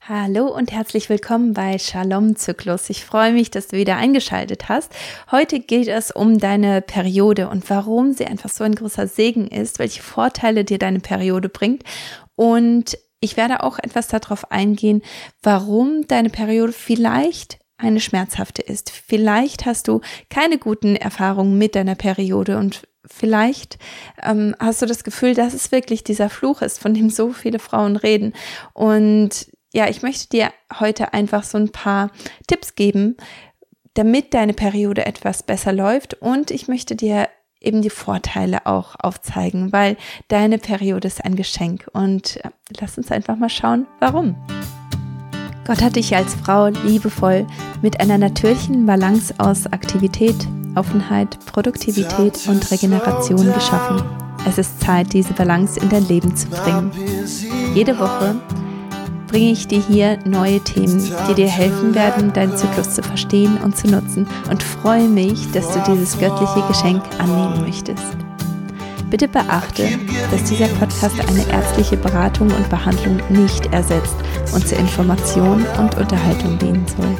Hallo und herzlich willkommen bei Shalom Zyklus. Ich freue mich, dass du wieder eingeschaltet hast. Heute geht es um deine Periode und warum sie einfach so ein großer Segen ist, welche Vorteile dir deine Periode bringt. Und ich werde auch etwas darauf eingehen, warum deine Periode vielleicht eine schmerzhafte ist. Vielleicht hast du keine guten Erfahrungen mit deiner Periode und vielleicht hast du das Gefühl, dass es wirklich dieser Fluch ist, von dem so viele Frauen reden. Und ja, ich möchte dir heute einfach so ein paar Tipps geben, damit deine Periode etwas besser läuft, und ich möchte dir eben die Vorteile auch aufzeigen, weil deine Periode ist ein Geschenk, und lass uns einfach mal schauen, warum. Gott hat dich als Frau liebevoll mit einer natürlichen Balance aus Aktivität, Offenheit, Produktivität und Regeneration geschaffen. Es ist Zeit, diese Balance in dein Leben zu bringen. Jede Woche bringe ich dir hier neue Themen, die dir helfen werden, deinen Zyklus zu verstehen und zu nutzen, und freue mich, dass du dieses göttliche Geschenk annehmen möchtest. Bitte beachte, dass dieser Podcast eine ärztliche Beratung und Behandlung nicht ersetzt und zur Information und Unterhaltung dienen soll.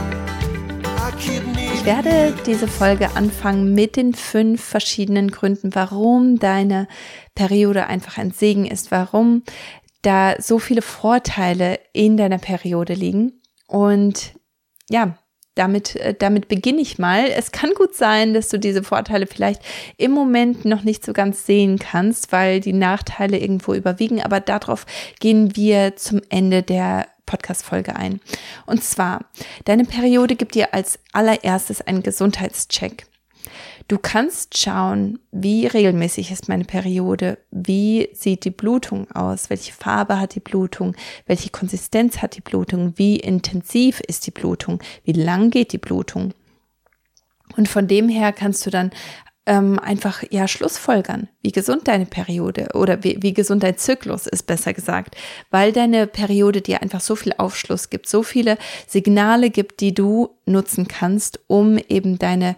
Ich werde diese Folge anfangen mit den 5 verschiedenen Gründen, warum deine Periode einfach ein Segen ist, warum da so viele Vorteile in deiner Periode liegen. Und ja, damit beginne ich mal. Es kann gut sein, dass du diese Vorteile vielleicht im Moment noch nicht so ganz sehen kannst, weil die Nachteile irgendwo überwiegen, aber darauf gehen wir zum Ende der Podcast-Folge ein. Und zwar, deine Periode gibt dir als allererstes einen Gesundheitscheck. Du kannst schauen, wie regelmäßig ist meine Periode, wie sieht die Blutung aus, welche Farbe hat die Blutung, welche Konsistenz hat die Blutung, wie intensiv ist die Blutung, wie lang geht die Blutung. Und von dem her kannst du dann einfach schlussfolgern, wie gesund deine Periode oder wie gesund dein Zyklus ist, besser gesagt, weil deine Periode dir einfach so viel Aufschluss gibt, so viele Signale gibt, die du nutzen kannst, um eben deinen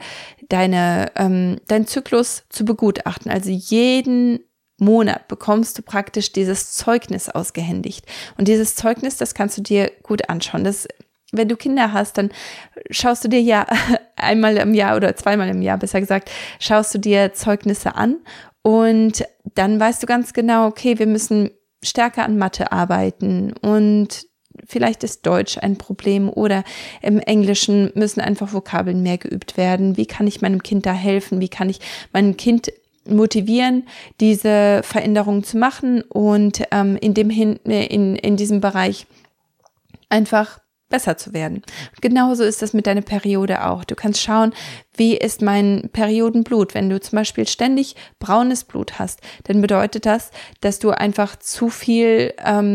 Zyklus zu begutachten. Also jeden Monat bekommst du praktisch dieses Zeugnis ausgehändigt, und dieses Zeugnis, das kannst du dir gut anschauen. Wenn du Kinder hast, dann schaust du dir ja einmal im Jahr oder zweimal im Jahr, besser gesagt, schaust du dir Zeugnisse an, und dann weißt du ganz genau, okay, wir müssen stärker an Mathe arbeiten, und vielleicht ist Deutsch ein Problem, oder im Englischen müssen einfach Vokabeln mehr geübt werden. Wie kann ich meinem Kind da helfen? Wie kann ich meinem Kind motivieren, diese Veränderungen zu machen und in diesem Bereich einfach besser zu werden. Und genauso ist das mit deiner Periode auch. Du kannst schauen, wie ist mein Periodenblut. Wenn du zum Beispiel ständig braunes Blut hast, dann bedeutet das, dass du einfach zu viel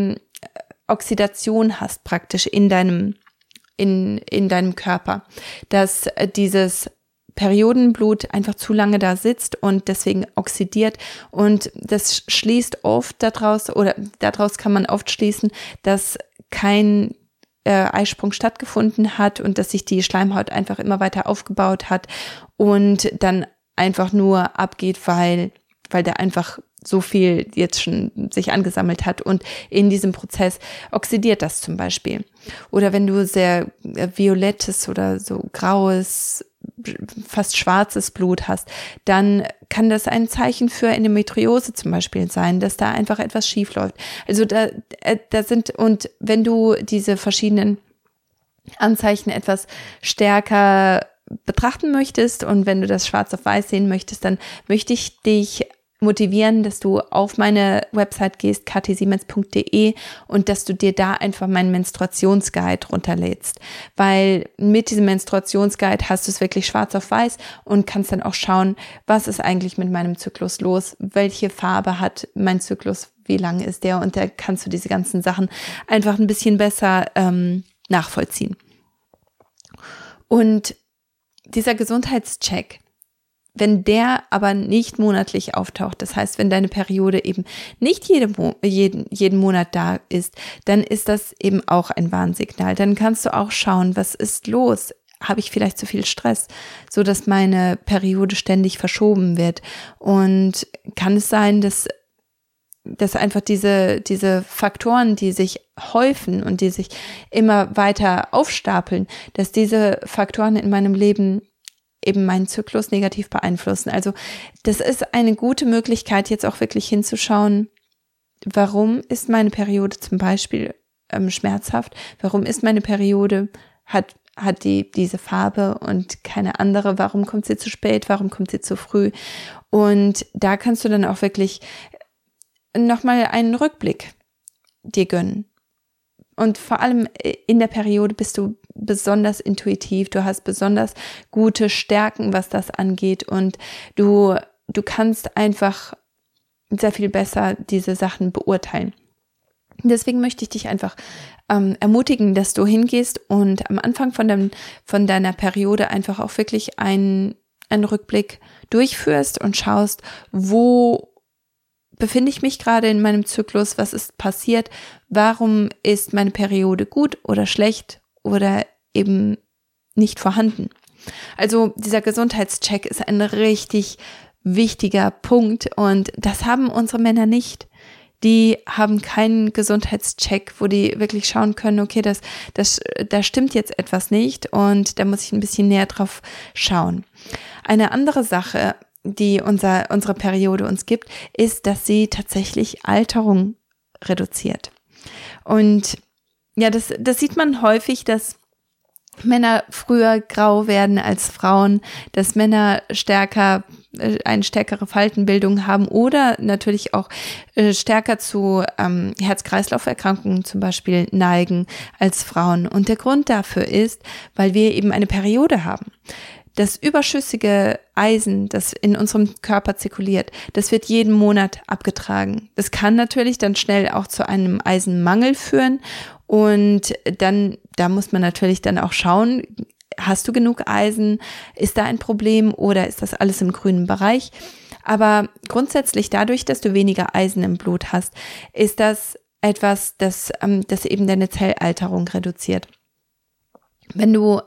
Oxidation hast praktisch in deinem Körper, dass dieses Periodenblut einfach zu lange da sitzt und deswegen oxidiert, und das schließt oft daraus kann man oft schließen, dass kein Eisprung stattgefunden hat und dass sich die Schleimhaut einfach immer weiter aufgebaut hat und dann einfach nur abgeht, weil da einfach so viel jetzt schon sich angesammelt hat, und in diesem Prozess oxidiert das zum Beispiel. Oder wenn du sehr violettes oder so graues, fast schwarzes Blut hast, dann kann das ein Zeichen für Endometriose zum Beispiel sein, dass da einfach etwas schief läuft. Also und wenn du diese verschiedenen Anzeichen etwas stärker betrachten möchtest und wenn du das schwarz auf weiß sehen möchtest, dann möchte ich dich motivieren, dass du auf meine Website gehst, kathisiemens.de, und dass du dir da einfach meinen Menstruationsguide runterlädst, weil mit diesem Menstruationsguide hast du es wirklich schwarz auf weiß und kannst dann auch schauen, was ist eigentlich mit meinem Zyklus los, welche Farbe hat mein Zyklus, wie lang ist der, und da kannst du diese ganzen Sachen einfach ein bisschen besser nachvollziehen. Und dieser Gesundheitscheck, wenn der aber nicht monatlich auftaucht, das heißt, wenn deine Periode eben nicht jeden Monat da ist, dann ist das eben auch ein Warnsignal. Dann kannst du auch schauen, was ist los? Habe ich vielleicht zu viel Stress, so dass meine Periode ständig verschoben wird? Und kann es sein, dass dass einfach diese Faktoren, die sich häufen und die sich immer weiter aufstapeln, dass diese Faktoren in meinem Leben eben meinen Zyklus negativ beeinflussen. Also das ist eine gute Möglichkeit, jetzt auch wirklich hinzuschauen, warum ist meine Periode zum Beispiel schmerzhaft? Warum ist meine Periode, hat die diese Farbe und keine andere? Warum kommt sie zu spät? Warum kommt sie zu früh? Und da kannst du dann auch wirklich nochmal einen Rückblick dir gönnen. Und vor allem in der Periode bist du besonders intuitiv, du hast besonders gute Stärken, was das angeht, und du kannst einfach sehr viel besser diese Sachen beurteilen. Deswegen möchte ich dich einfach ermutigen, dass du hingehst und am Anfang von deiner Periode einfach auch wirklich einen Rückblick durchführst und schaust, wo befinde ich mich gerade in meinem Zyklus, was ist passiert, warum ist meine Periode gut oder schlecht oder eben nicht vorhanden. Also dieser Gesundheitscheck ist ein richtig wichtiger Punkt, und das haben unsere Männer nicht. Die haben keinen Gesundheitscheck, wo die wirklich schauen können, okay, da stimmt jetzt etwas nicht und da muss ich ein bisschen näher drauf schauen. Eine andere Sache, die unsere Periode uns gibt, ist, dass sie tatsächlich Alterung reduziert. Und ja, das sieht man häufig, dass Männer früher grau werden als Frauen, dass Männer eine stärkere Faltenbildung haben oder natürlich auch stärker zu Herz-Kreislauf-Erkrankungen zum Beispiel neigen als Frauen. Und der Grund dafür ist, weil wir eben eine Periode haben. Das überschüssige Eisen, das in unserem Körper zirkuliert, das wird jeden Monat abgetragen. Das kann natürlich dann schnell auch zu einem Eisenmangel führen, und da muss man natürlich dann auch schauen, hast du genug Eisen? Ist da ein Problem oder ist das alles im grünen Bereich? Aber grundsätzlich dadurch, dass du weniger Eisen im Blut hast, ist das etwas, das eben deine Zellalterung reduziert. Wenn du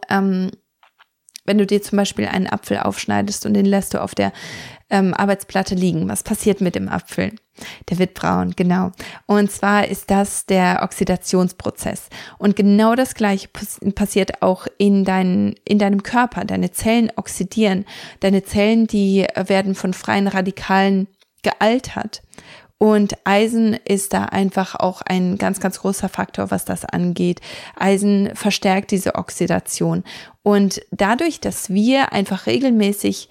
dir zum Beispiel einen Apfel aufschneidest und den lässt du auf der Arbeitsplatte liegen, was passiert mit dem Apfel? Der wird braun, genau. Und zwar ist das der Oxidationsprozess. Und genau das Gleiche passiert auch in deinem Körper. Deine Zellen oxidieren. Deine Zellen, die werden von freien Radikalen gealtert. Und Eisen ist da einfach auch ein ganz, ganz großer Faktor, was das angeht. Eisen verstärkt diese Oxidation. Und dadurch, dass wir einfach regelmäßig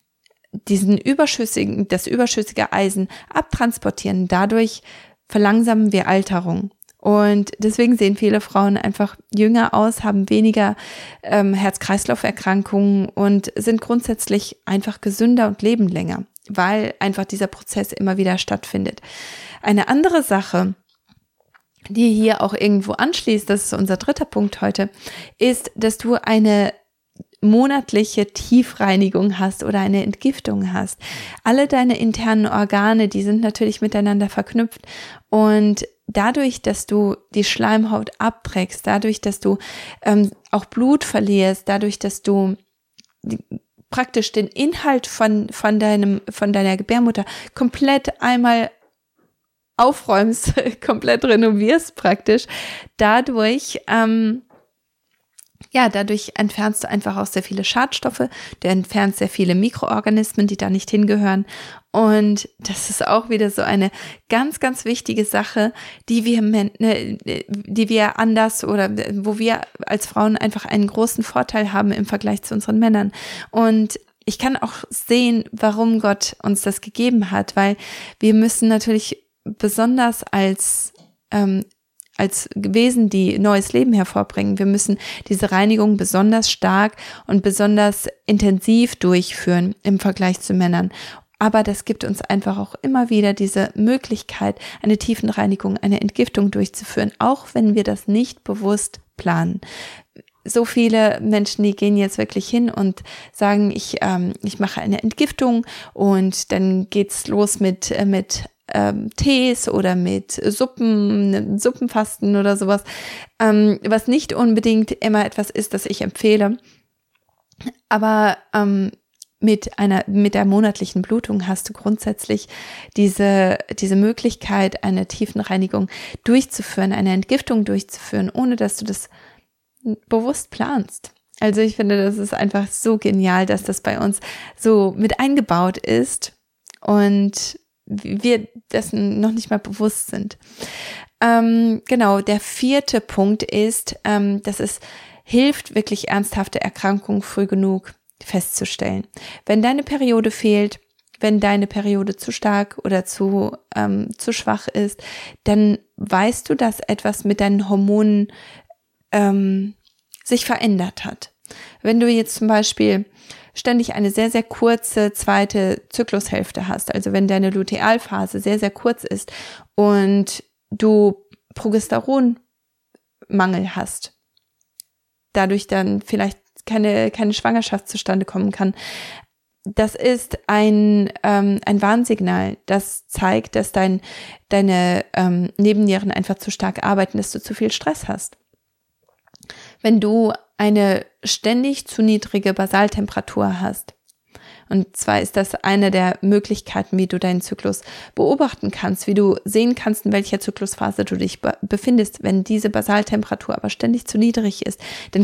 das überschüssige Eisen abtransportieren, dadurch verlangsamen wir Alterung. Und deswegen sehen viele Frauen einfach jünger aus, haben weniger Herz-Kreislauf-Erkrankungen und sind grundsätzlich einfach gesünder und leben länger, weil einfach dieser Prozess immer wieder stattfindet. Eine andere Sache, die hier auch irgendwo anschließt, das ist unser dritter Punkt heute, ist, dass du eine monatliche Tiefreinigung hast oder eine Entgiftung hast. Alle deine internen Organe, die sind natürlich miteinander verknüpft, und dadurch, dass du die Schleimhaut abträgst, dadurch, dass du auch Blut verlierst, dadurch, dass du praktisch den Inhalt von deiner Gebärmutter komplett einmal aufräumst, komplett renovierst praktisch, dadurch entfernst du einfach auch sehr viele Schadstoffe, du entfernst sehr viele Mikroorganismen, die da nicht hingehören, und das ist auch wieder so eine ganz, ganz wichtige Sache, die wir anders oder wo wir als Frauen einfach einen großen Vorteil haben im Vergleich zu unseren Männern. Und ich kann auch sehen, warum Gott uns das gegeben hat, weil wir müssen natürlich besonders als Wesen, die neues Leben hervorbringen, wir müssen diese Reinigung besonders stark und besonders intensiv durchführen im Vergleich zu Männern. Aber das gibt uns einfach auch immer wieder diese Möglichkeit, eine Tiefenreinigung, eine Entgiftung durchzuführen, auch wenn wir das nicht bewusst planen. So viele Menschen, die gehen jetzt wirklich hin und sagen, ich mache eine Entgiftung, und dann geht's los mit Tees oder mit Suppenfasten oder sowas, was nicht unbedingt immer etwas ist, das ich empfehle. Aber mit der monatlichen Blutung hast du grundsätzlich diese Möglichkeit, eine Tiefenreinigung durchzuführen, eine Entgiftung durchzuführen, ohne dass du das bewusst planst. Also ich finde, das ist einfach so genial, dass das bei uns so mit eingebaut ist und wir dessen noch nicht mal bewusst sind. Genau, der 4. Punkt ist, dass es hilft, wirklich ernsthafte Erkrankungen früh genug festzustellen. Wenn deine Periode fehlt, wenn deine Periode zu stark oder zu schwach ist, dann weißt du, dass etwas mit deinen Hormonen sich verändert hat. Wenn du jetzt zum Beispiel ständig eine sehr, sehr kurze zweite Zyklushälfte hast, also wenn deine Lutealphase sehr, sehr kurz ist und du Progesteronmangel hast, dadurch dann vielleicht keine Schwangerschaft zustande kommen kann. Das ist ein Warnsignal, das zeigt, dass deine Nebennieren einfach zu stark arbeiten, dass du zu viel Stress hast. Wenn du eine ständig zu niedrige Basaltemperatur hast, und zwar ist das eine der Möglichkeiten, wie du deinen Zyklus beobachten kannst, wie du sehen kannst, in welcher Zyklusphase du dich befindest. Wenn diese Basaltemperatur aber ständig zu niedrig ist, dann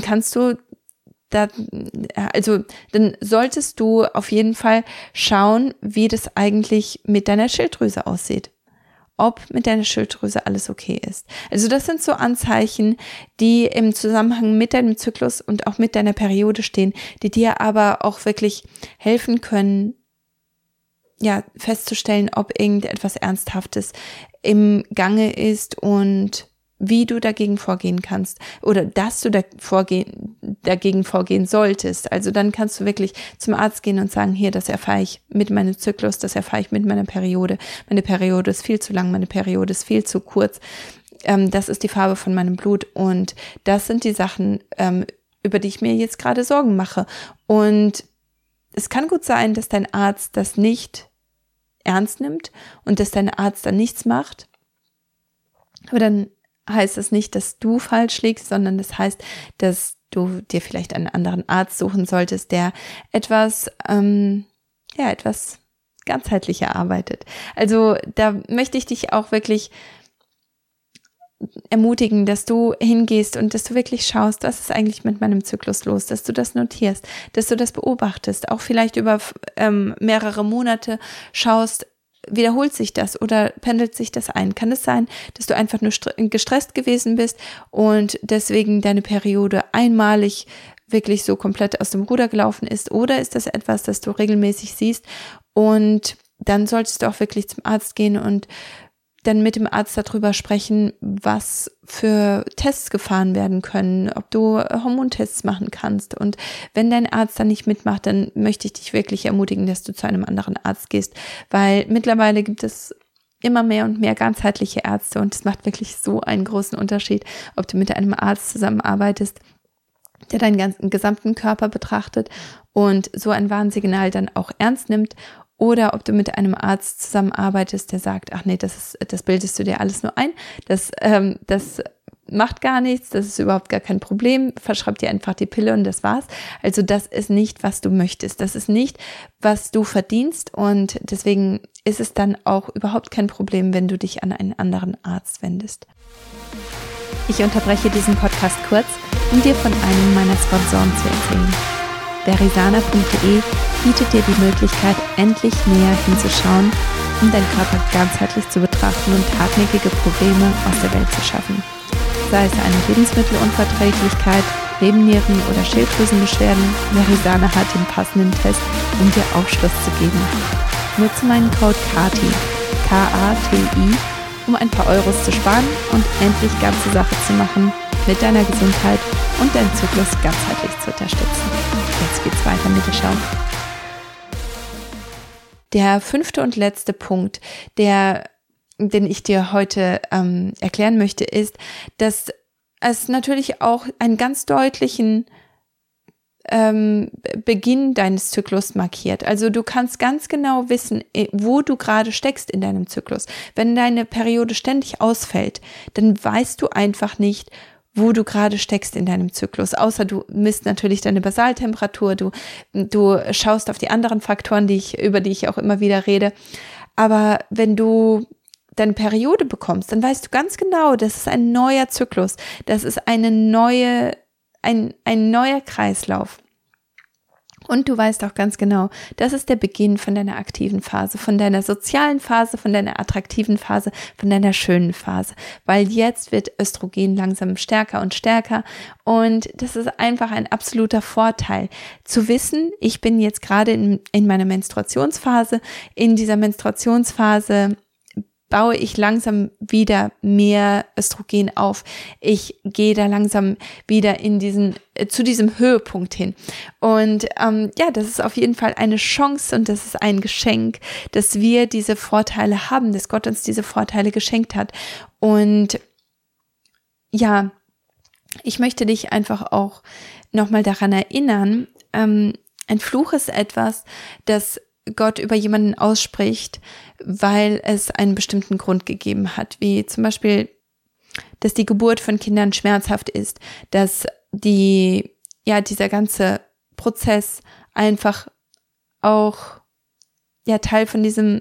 dann solltest du auf jeden Fall schauen, wie das eigentlich mit deiner Schilddrüse aussieht. Ob mit deiner Schilddrüse alles okay ist. Also das sind so Anzeichen, die im Zusammenhang mit deinem Zyklus und auch mit deiner Periode stehen, die dir aber auch wirklich helfen können, ja, festzustellen, ob irgendetwas Ernsthaftes im Gange ist und wie du dagegen vorgehen kannst oder dass du dagegen vorgehen solltest. Also dann kannst du wirklich zum Arzt gehen und sagen, hier, das erfahre ich mit meinem Zyklus, das erfahre ich mit meiner Periode. Meine Periode ist viel zu lang, meine Periode ist viel zu kurz. Das ist die Farbe von meinem Blut und das sind die Sachen, über die ich mir jetzt gerade Sorgen mache. Und es kann gut sein, dass dein Arzt das nicht ernst nimmt und dass dein Arzt dann nichts macht. Aber dann heißt es nicht, dass du falsch liegst, sondern das heißt, dass du dir vielleicht einen anderen Arzt suchen solltest, der etwas ganzheitlicher arbeitet. Also da möchte ich dich auch wirklich ermutigen, dass du hingehst und dass du wirklich schaust, was ist eigentlich mit meinem Zyklus los, dass du das notierst, dass du das beobachtest, auch vielleicht über mehrere Monate schaust, wiederholt sich das oder pendelt sich das ein? Kann es sein, dass du einfach nur gestresst gewesen bist und deswegen deine Periode einmalig wirklich so komplett aus dem Ruder gelaufen ist? Oder ist das etwas, das du regelmäßig siehst und dann solltest du auch wirklich zum Arzt gehen und dann mit dem Arzt darüber sprechen, was für Tests gefahren werden können, ob du Hormontests machen kannst. Und wenn dein Arzt dann nicht mitmacht, dann möchte ich dich wirklich ermutigen, dass du zu einem anderen Arzt gehst, weil mittlerweile gibt es immer mehr und mehr ganzheitliche Ärzte und es macht wirklich so einen großen Unterschied, ob du mit einem Arzt zusammenarbeitest, der deinen gesamten Körper betrachtet und so ein Warnsignal dann auch ernst nimmt, oder ob du mit einem Arzt zusammenarbeitest, der sagt, ach nee, das bildest du dir alles nur ein, das macht gar nichts, das ist überhaupt gar kein Problem, verschreib dir einfach die Pille und das war's. Also das ist nicht, was du möchtest, das ist nicht, was du verdienst und deswegen ist es dann auch überhaupt kein Problem, wenn du dich an einen anderen Arzt wendest. Ich unterbreche diesen Podcast kurz, um dir von einem meiner Sponsoren zu erzählen. Verisana.de bietet dir die Möglichkeit, endlich näher hinzuschauen, um deinen Körper ganzheitlich zu betrachten und hartnäckige Probleme aus der Welt zu schaffen. Sei es eine Lebensmittelunverträglichkeit, Nebennieren- oder Schilddrüsenbeschwerden, Verisana hat den passenden Test, um dir Aufschluss zu geben. Nutze meinen Code KATI, K-A-T-I, um ein paar Euros zu sparen und endlich ganze Sache zu machen, mit deiner Gesundheit und deinen Zyklus ganzheitlich zu unterstützen. Jetzt geht's weiter mit der Schau. Der 5. und letzte Punkt, den ich dir heute erklären möchte, ist, dass es natürlich auch einen ganz deutlichen Beginn deines Zyklus markiert. Also du kannst ganz genau wissen, wo du gerade steckst in deinem Zyklus. Wenn deine Periode ständig ausfällt, dann weißt du einfach nicht, wo du gerade steckst in deinem Zyklus. Außer du misst natürlich deine Basaltemperatur, du schaust auf die anderen Faktoren, über die ich auch immer wieder rede. Aber wenn du deine Periode bekommst, dann weißt du ganz genau, das ist ein neuer Zyklus, das ist ein neuer Kreislauf. Und du weißt auch ganz genau, das ist der Beginn von deiner aktiven Phase, von deiner sozialen Phase, von deiner attraktiven Phase, von deiner schönen Phase. Weil jetzt wird Östrogen langsam stärker und stärker. Und das ist einfach ein absoluter Vorteil, zu wissen, ich bin jetzt gerade in meiner Menstruationsphase. In dieser Menstruationsphase baue ich langsam wieder mehr Östrogen auf. Ich gehe da langsam wieder zu diesem Höhepunkt hin. Und das ist auf jeden Fall eine Chance und das ist ein Geschenk, dass wir diese Vorteile haben, dass Gott uns diese Vorteile geschenkt hat. Und ja, ich möchte dich einfach auch nochmal daran erinnern, ein Fluch ist etwas, das Gott über jemanden ausspricht, weil es einen bestimmten Grund gegeben hat, wie zum Beispiel, dass die Geburt von Kindern schmerzhaft ist, dass dieser ganze Prozess einfach auch Teil von diesem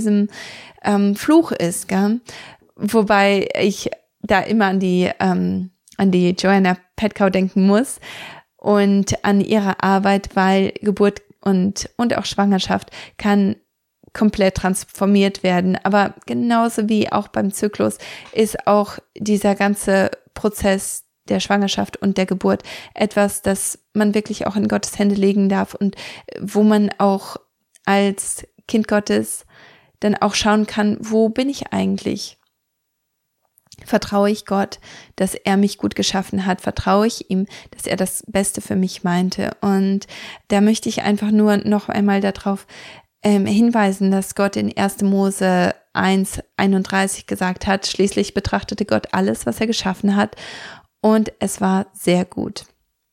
Fluch ist, gell? Wobei ich da immer an die Joanna Petkow denken muss und an ihre Arbeit, weil Geburt und auch Schwangerschaft kann komplett transformiert werden. Aber genauso wie auch beim Zyklus ist auch dieser ganze Prozess der Schwangerschaft und der Geburt etwas, das man wirklich auch in Gottes Hände legen darf und wo man auch als Kind Gottes dann auch schauen kann, wo bin ich eigentlich? Vertraue ich Gott, dass er mich gut geschaffen hat? Vertraue ich ihm, dass er das Beste für mich meinte? Und da möchte ich einfach nur noch einmal darauf hinweisen, dass Gott in 1. Mose 1,31 gesagt hat, schließlich betrachtete Gott alles, was er geschaffen hat, und es war sehr gut.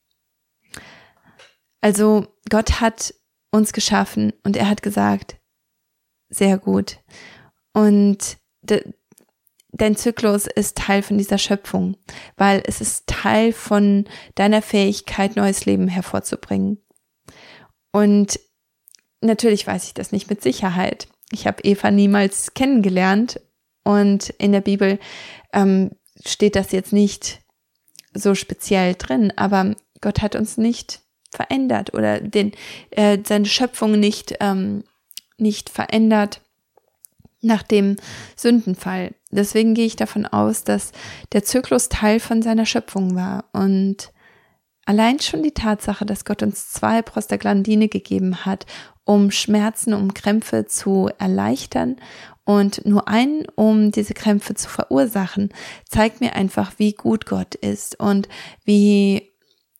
Also Gott hat uns geschaffen und er hat gesagt, sehr gut. Und dein Zyklus ist Teil von dieser Schöpfung, weil es ist Teil von deiner Fähigkeit, neues Leben hervorzubringen. Und natürlich weiß ich das nicht mit Sicherheit. Ich habe Eva niemals kennengelernt und in der Bibel steht das jetzt nicht so speziell drin, aber Gott hat uns nicht verändert oder seine Schöpfung nicht verändert nach dem Sündenfall. Deswegen gehe ich davon aus, dass der Zyklus Teil von seiner Schöpfung war. Und allein schon die Tatsache, dass Gott uns 2 Prostaglandine gegeben hat, um Schmerzen, um Krämpfe zu erleichtern und nur einen, um diese Krämpfe zu verursachen, zeigt mir einfach, wie gut Gott ist und wie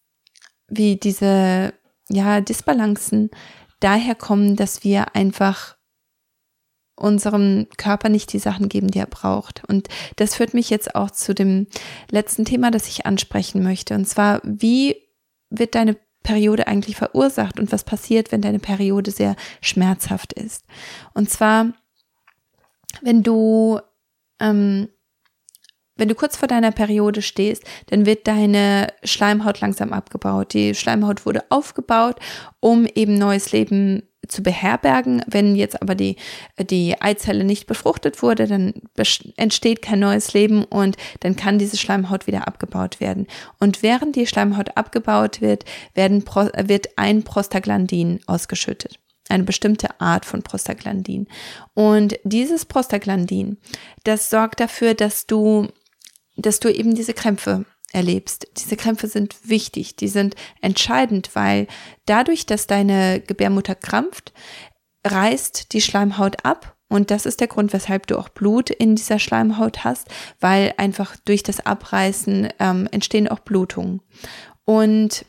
diese Disbalancen daher kommen, dass wir einfach unserem Körper nicht die Sachen geben, die er braucht. Und das führt mich jetzt auch zu dem letzten Thema, das ich ansprechen möchte. Und zwar, wie wird deine Periode eigentlich verursacht und was passiert, wenn deine Periode sehr schmerzhaft ist? Und zwar, wenn du kurz vor deiner Periode stehst, dann wird deine Schleimhaut langsam abgebaut. Die Schleimhaut wurde aufgebaut, um eben neues Leben zu beherbergen. Wenn jetzt aber die Eizelle nicht befruchtet wurde, dann entsteht kein neues Leben und dann kann diese Schleimhaut wieder abgebaut werden. Und während die Schleimhaut abgebaut wird, wird ein Prostaglandin ausgeschüttet. Eine bestimmte Art von Prostaglandin. Und dieses Prostaglandin, das sorgt dafür, dass du eben diese Krämpfe erlebst. Diese Krämpfe sind wichtig, die sind entscheidend, weil dadurch, dass deine Gebärmutter krampft, reißt die Schleimhaut ab und das ist der Grund, weshalb du auch Blut in dieser Schleimhaut hast, weil einfach durch das Abreißen entstehen auch Blutungen. Und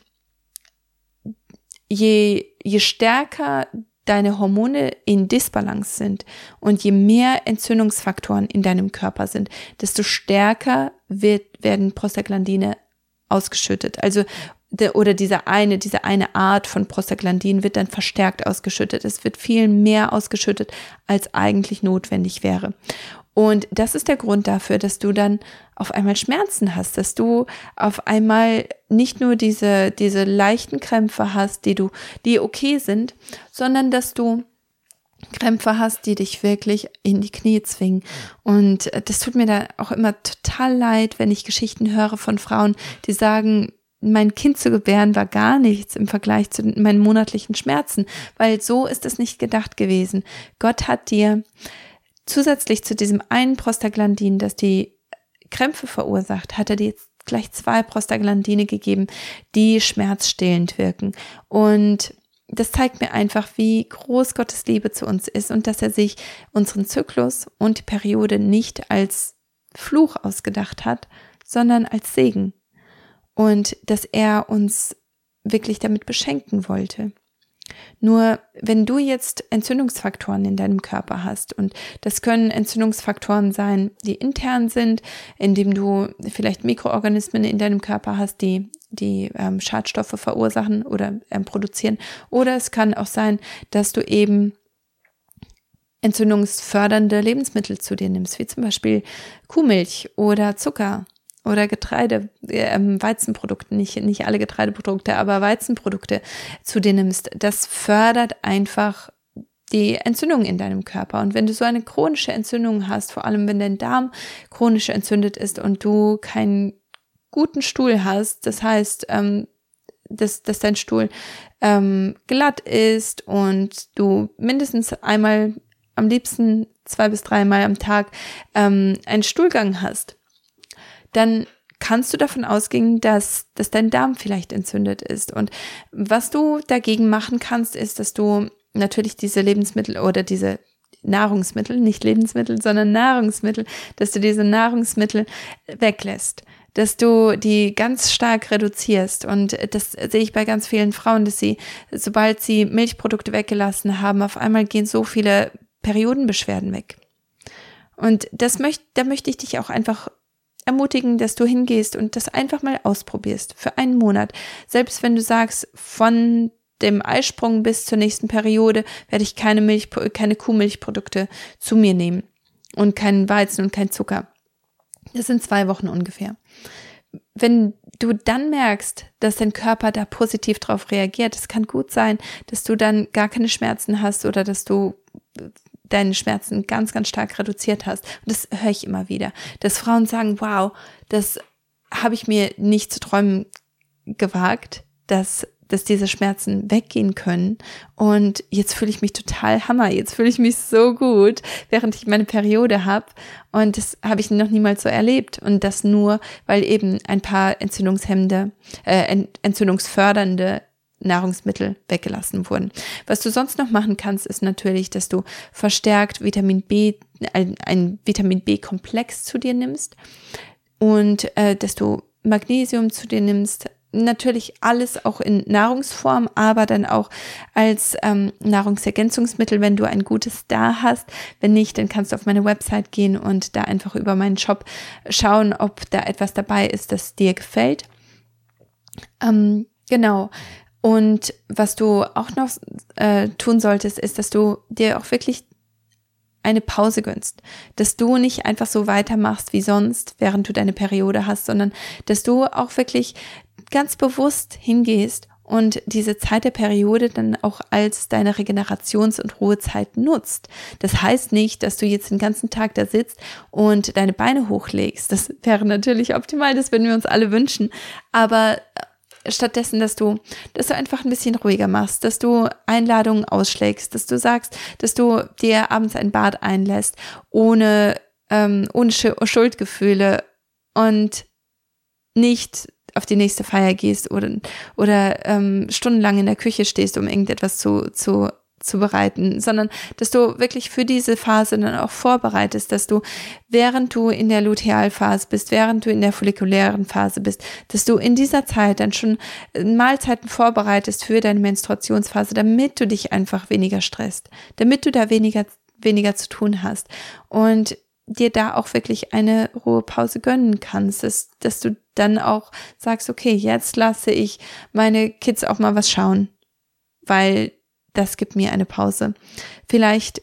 je stärker deine Hormone in Disbalance sind und je mehr Entzündungsfaktoren in deinem Körper sind, desto stärker werden Prostaglandine ausgeschüttet. Also diese eine Art von Prostaglandin wird dann verstärkt ausgeschüttet. Es wird viel mehr ausgeschüttet, als eigentlich notwendig wäre. Und das ist der Grund dafür, dass du dann auf einmal Schmerzen hast, dass du auf einmal nicht nur diese leichten Krämpfe hast, die okay sind, sondern dass du Krämpfe hast, die dich wirklich in die Knie zwingen. Und das tut mir da auch immer total leid, wenn ich Geschichten höre von Frauen, die sagen, mein Kind zu gebären war gar nichts im Vergleich zu meinen monatlichen Schmerzen, weil so ist es nicht gedacht gewesen. Gott hat dir zusätzlich zu diesem einen Prostaglandin, das die Krämpfe verursacht, hat er dir jetzt gleich 2 Prostaglandine gegeben, die schmerzstillend wirken. Und das zeigt mir einfach, wie groß Gottes Liebe zu uns ist und dass er sich unseren Zyklus und die Periode nicht als Fluch ausgedacht hat, sondern als Segen. Und dass er uns wirklich damit beschenken wollte. Nur wenn du jetzt Entzündungsfaktoren in deinem Körper hast, und das können Entzündungsfaktoren sein, die intern sind, indem du vielleicht Mikroorganismen in deinem Körper hast, die Schadstoffe verursachen oder produzieren, oder es kann auch sein, dass du eben entzündungsfördernde Lebensmittel zu dir nimmst, wie zum Beispiel Kuhmilch oder Zucker oder Getreide, Weizenprodukte, nicht alle Getreideprodukte, aber Weizenprodukte zu dir nimmst. Das fördert einfach die Entzündung in deinem Körper. Und wenn du so eine chronische Entzündung hast, vor allem wenn dein Darm chronisch entzündet ist und du keinen guten Stuhl hast, das heißt, dass dein Stuhl glatt ist und du mindestens einmal, am liebsten 2 bis 3 Mal am Tag einen Stuhlgang hast, dann kannst du davon ausgehen, dass dein Darm vielleicht entzündet ist. Und was du dagegen machen kannst, ist, dass du natürlich diese Lebensmittel oder diese Nahrungsmittel, nicht Lebensmittel, sondern Nahrungsmittel, dass du diese Nahrungsmittel weglässt, dass du die ganz stark reduzierst. Und das sehe ich bei ganz vielen Frauen, dass sie, sobald sie Milchprodukte weggelassen haben, auf einmal gehen so viele Periodenbeschwerden weg. Und da möchte ich dich auch einfach ermutigen, dass du hingehst und das einfach mal ausprobierst für einen Monat. Selbst wenn du sagst, von dem Eisprung bis zur nächsten Periode werde ich keine Kuhmilchprodukte zu mir nehmen und keinen Weizen und kein Zucker. Das sind 2 Wochen ungefähr. Wenn du dann merkst, dass dein Körper da positiv drauf reagiert, es kann gut sein, dass du dann gar keine Schmerzen hast oder dass du deine Schmerzen ganz, ganz stark reduziert hast. Und das höre ich immer wieder, dass Frauen sagen, wow, das habe ich mir nicht zu träumen gewagt, dass diese Schmerzen weggehen können. Und jetzt fühle ich mich total Hammer. Jetzt fühle ich mich so gut, während ich meine Periode habe. Und das habe ich noch niemals so erlebt. Und das nur, weil eben ein paar entzündungsfördernde Nahrungsmittel weggelassen wurden. Was du sonst noch machen kannst, ist natürlich, dass du verstärkt Vitamin B, ein Vitamin B-Komplex zu dir nimmst und dass du Magnesium zu dir nimmst. Natürlich alles auch in Nahrungsform, aber dann auch als Nahrungsergänzungsmittel, wenn du ein gutes da hast. Wenn nicht, dann kannst du auf meine Website gehen und da einfach über meinen Shop schauen, ob da etwas dabei ist, das dir gefällt. Genau. Und was du auch noch tun solltest, ist, dass du dir auch wirklich eine Pause gönnst, dass du nicht einfach so weitermachst wie sonst, während du deine Periode hast, sondern dass du auch wirklich ganz bewusst hingehst und diese Zeit der Periode dann auch als deine Regenerations- und Ruhezeit nutzt. Das heißt nicht, dass du jetzt den ganzen Tag da sitzt und deine Beine hochlegst. Das wäre natürlich optimal, das würden wir uns alle wünschen, aber stattdessen, dass du einfach ein bisschen ruhiger machst, dass du Einladungen ausschlägst, dass du sagst, dass du dir abends ein Bad einlässt, ohne Schuldgefühle und nicht auf die nächste Feier gehst oder stundenlang in der Küche stehst, um irgendetwas zu bereiten, sondern dass du wirklich für diese Phase dann auch vorbereitest, dass du, während du in der Lutealphase bist, während du in der follikulären Phase bist, dass du in dieser Zeit dann schon Mahlzeiten vorbereitest für deine Menstruationsphase, damit du dich einfach weniger stresst, damit du da weniger zu tun hast und dir da auch wirklich eine Ruhepause gönnen kannst, dass du dann auch sagst, okay, jetzt lasse ich meine Kids auch mal was schauen, weil das gibt mir eine Pause. Vielleicht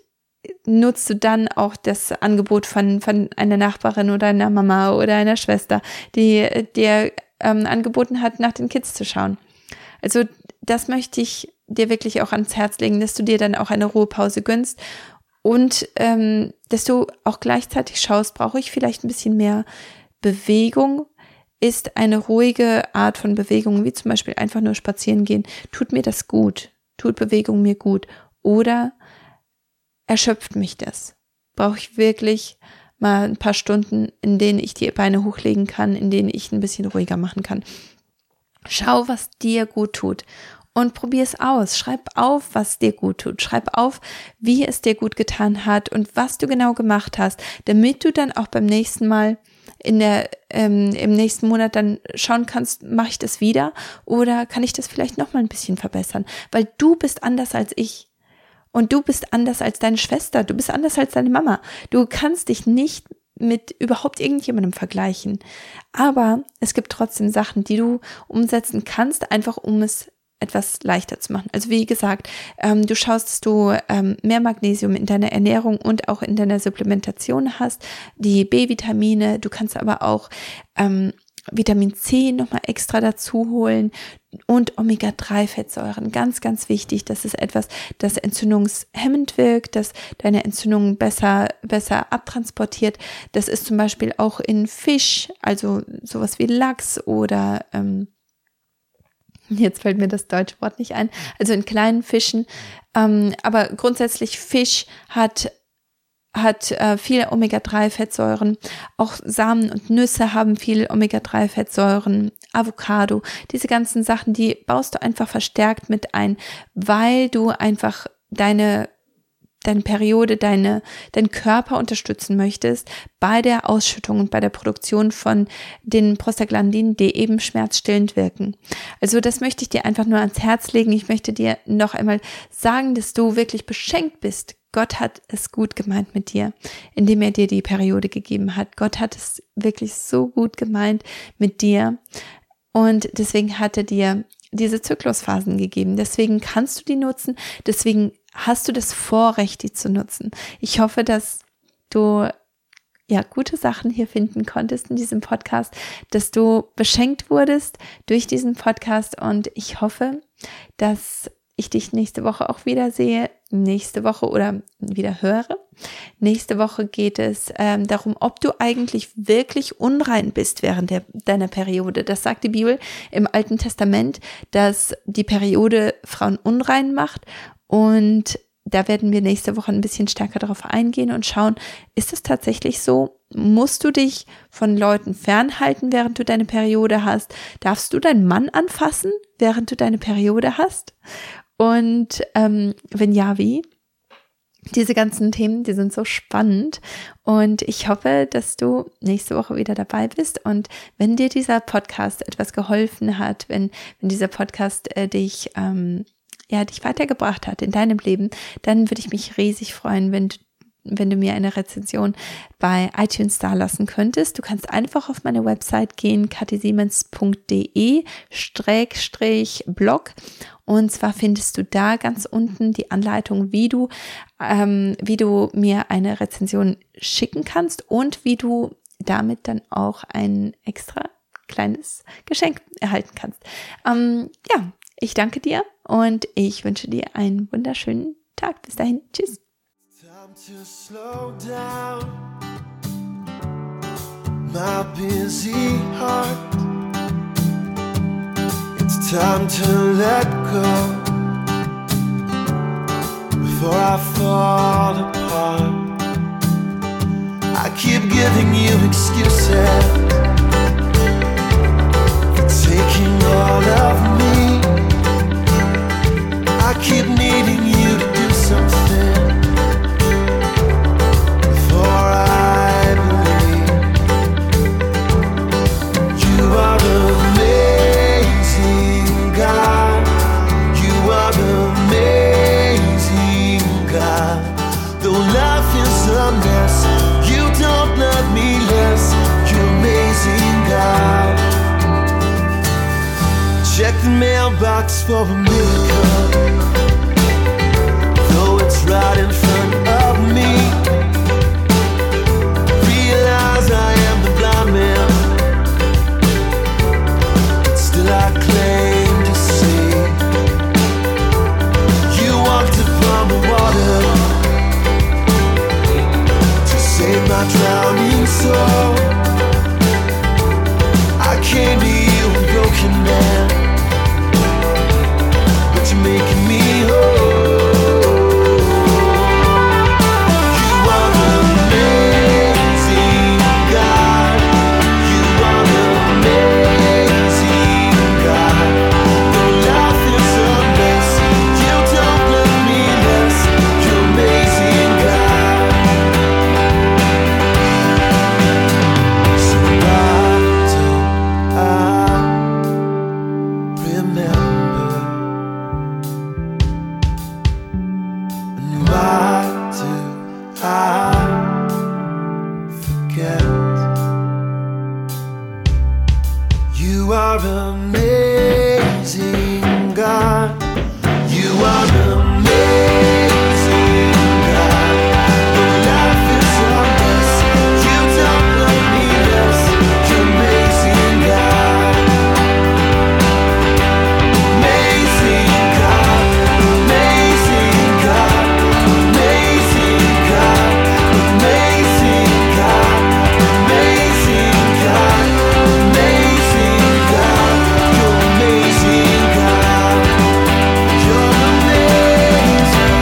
nutzt du dann auch das Angebot von einer Nachbarin oder einer Mama oder einer Schwester, die dir angeboten hat, nach den Kids zu schauen. Also das möchte ich dir wirklich auch ans Herz legen, dass du dir dann auch eine Ruhepause gönnst und dass du auch gleichzeitig schaust, brauche ich vielleicht ein bisschen mehr Bewegung? Ist eine ruhige Art von Bewegung, wie zum Beispiel einfach nur spazieren gehen, tut mir das gut? Tut Bewegung mir gut? Oder erschöpft mich das? Brauche ich wirklich mal ein paar Stunden, in denen ich die Beine hochlegen kann, in denen ich ein bisschen ruhiger machen kann? Schau, was dir gut tut und probier es aus. Schreib auf, was dir gut tut. Schreib auf, wie es dir gut getan hat und was du genau gemacht hast, damit du dann auch beim nächsten Mal im nächsten Monat dann schauen kannst, mache ich das wieder oder kann ich das vielleicht noch mal ein bisschen verbessern? Weil du bist anders als ich und du bist anders als deine Schwester, du bist anders als deine Mama. Du kannst dich nicht mit überhaupt irgendjemandem vergleichen. Aber es gibt trotzdem Sachen, die du umsetzen kannst, einfach um es etwas leichter zu machen. Also wie gesagt, du schaust, dass du mehr Magnesium in deiner Ernährung und auch in deiner Supplementation hast, die B-Vitamine, du kannst aber auch Vitamin C nochmal extra dazu holen und Omega-3-Fettsäuren. Ganz, ganz wichtig. Das ist etwas, das entzündungshemmend wirkt, das deine Entzündungen besser abtransportiert. Das ist zum Beispiel auch in Fisch, also sowas wie Lachs oder jetzt fällt mir das deutsche Wort nicht ein, also in kleinen Fischen, aber grundsätzlich Fisch hat viel Omega-3-Fettsäuren, auch Samen und Nüsse haben viel Omega-3-Fettsäuren, Avocado, diese ganzen Sachen, die baust du einfach verstärkt mit ein, weil du einfach deine Periode, deinen Körper unterstützen möchtest bei der Ausschüttung und bei der Produktion von den Prostaglandinen, die eben schmerzstillend wirken. Also das möchte ich dir einfach nur ans Herz legen. Ich möchte dir noch einmal sagen, dass du wirklich beschenkt bist. Gott hat es gut gemeint mit dir, indem er dir die Periode gegeben hat. Gott hat es wirklich so gut gemeint mit dir und deswegen hat er dir diese Zyklusphasen gegeben. Deswegen kannst du die nutzen, deswegen hast du das Vorrecht, die zu nutzen. Ich hoffe, dass du gute Sachen hier finden konntest in diesem Podcast, dass du beschenkt wurdest durch diesen Podcast und ich hoffe, dass ich dich nächste Woche auch wieder sehe, oder wieder höre. Nächste Woche geht es darum, ob du eigentlich wirklich unrein bist während deiner Periode. Das sagt die Bibel im Alten Testament, dass die Periode Frauen unrein macht und da werden wir nächste Woche ein bisschen stärker darauf eingehen und schauen, ist es tatsächlich so? Musst du dich von Leuten fernhalten, während du deine Periode hast? Darfst du deinen Mann anfassen, während du deine Periode hast? Und wenn ja, wie? Diese ganzen Themen, die sind so spannend und ich hoffe, dass du nächste Woche wieder dabei bist und wenn dir dieser Podcast etwas geholfen hat, wenn dieser Podcast dich weitergebracht hat in deinem Leben, dann würde ich mich riesig freuen, wenn du mir eine Rezension bei iTunes dalassen könntest. Du kannst einfach auf meine Website gehen, kathisiemens.de/blog und zwar findest du da ganz unten die Anleitung, wie du mir eine Rezension schicken kannst und wie du damit dann auch ein extra kleines Geschenk erhalten kannst. Ich danke dir und ich wünsche dir einen wunderschönen Tag. Bis dahin. Tschüss. Time to slow down my busy heart. It's time to let go before I fall apart. I keep giving you excuses for taking all of me. I keep needing you to do something before I believe. You are amazing, God. You are amazing, God. Though life is a mess, you don't love me less. You're amazing, God. Check the mailbox for a miracle, though it's right in front of me. amazing God. You are amazing God. Your life is a mess. You don't love me less. You're amazing God. Amazing God. Amazing God. Amazing God. Amazing God. Amazing God. Amazing God. You're amazing God. You're amazing.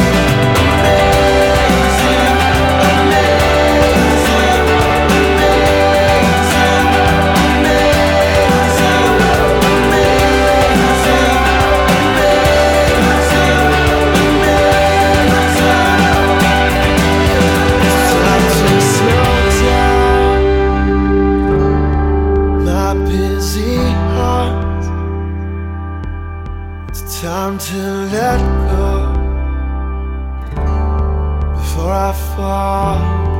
Time to slow down my busy heart. It's time to let go before I fall.